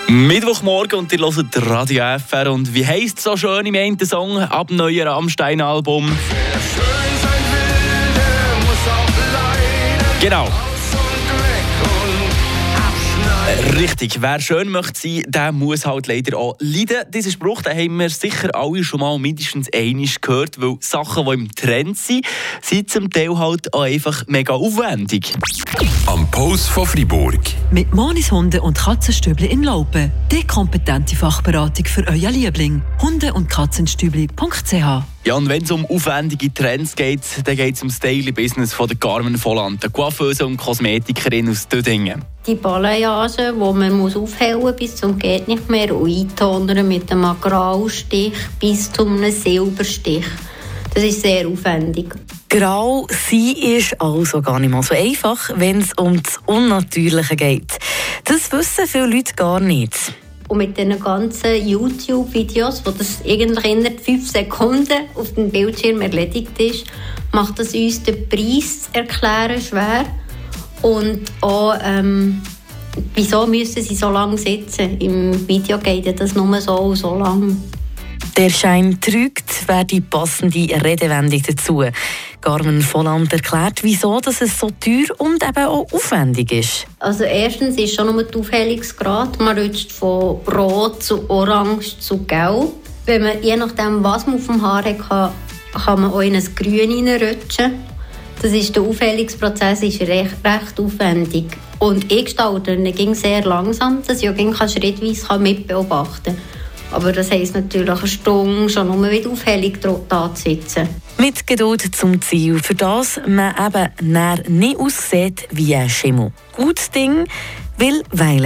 Mittwochmorgen und ihr hört Radio FR. Und wie heisst es so schön im einen Song ab dem neuen Rammstein-Album? Genau. Richtig, wer schön möchte sein, der muss halt leider auch leiden. Diesen Spruch den haben wir sicher alle schon mal mindestens einmal gehört, weil Sachen, die im Trend sind zum Teil halt auch einfach mega aufwendig. Am Post von Fribourg. Mit Monis Hunde- und Katzenstübli in Laupen. Die kompetente Fachberatung für euer Liebling. Hunde- und Katzenstübli.ch. Ja, und wenn es um aufwendige Trends geht, dann geht es um das Daily Business von der Carmen Volland, der Coiffeuse und Kosmetikerin aus Dödingen. Die Balayage, die man aufhellen bis zum geht nicht mehr und eintonern mit einem Graustich bis zu einem Silberstich. Das ist sehr aufwendig. Grau sein ist also gar nicht mal so einfach, wenn es um das Unnatürliche geht. Das wissen viele Leute gar nicht. Und mit diesen ganzen YouTube-Videos, wo das eigentlich innerhalb 5 Sekunden auf dem Bildschirm erledigt ist, macht es uns den Preis zu erklären schwer. Und auch, wieso müssen sie so lange sitzen? Im Video geht das nur so und so lang. Der Schein trügt, wäre die passende Redewendung dazu. Carmen Volland erklärt, wieso dass es so teuer und eben auch aufwendig ist. Also erstens ist schon nur der Aufhellungsgrad. Man rutscht von Rot zu Orange zu Gelb. Wenn man, je nachdem, was man auf dem Haar hat, kann man auch in ein Grün hineinrutschen. Der Aufhellungsprozess ist recht aufwendig. Und ich gestalte ihn ging sehr langsam, dass ich auch schrittweise mitbeobachten kann. Aber das heisst natürlich eine Stunde schon nur mit Aufhellung da zu sitzen. Mit Geduld zum Ziel, für das man eben nicht aussieht wie ein Schimmel. Gutes Ding, weil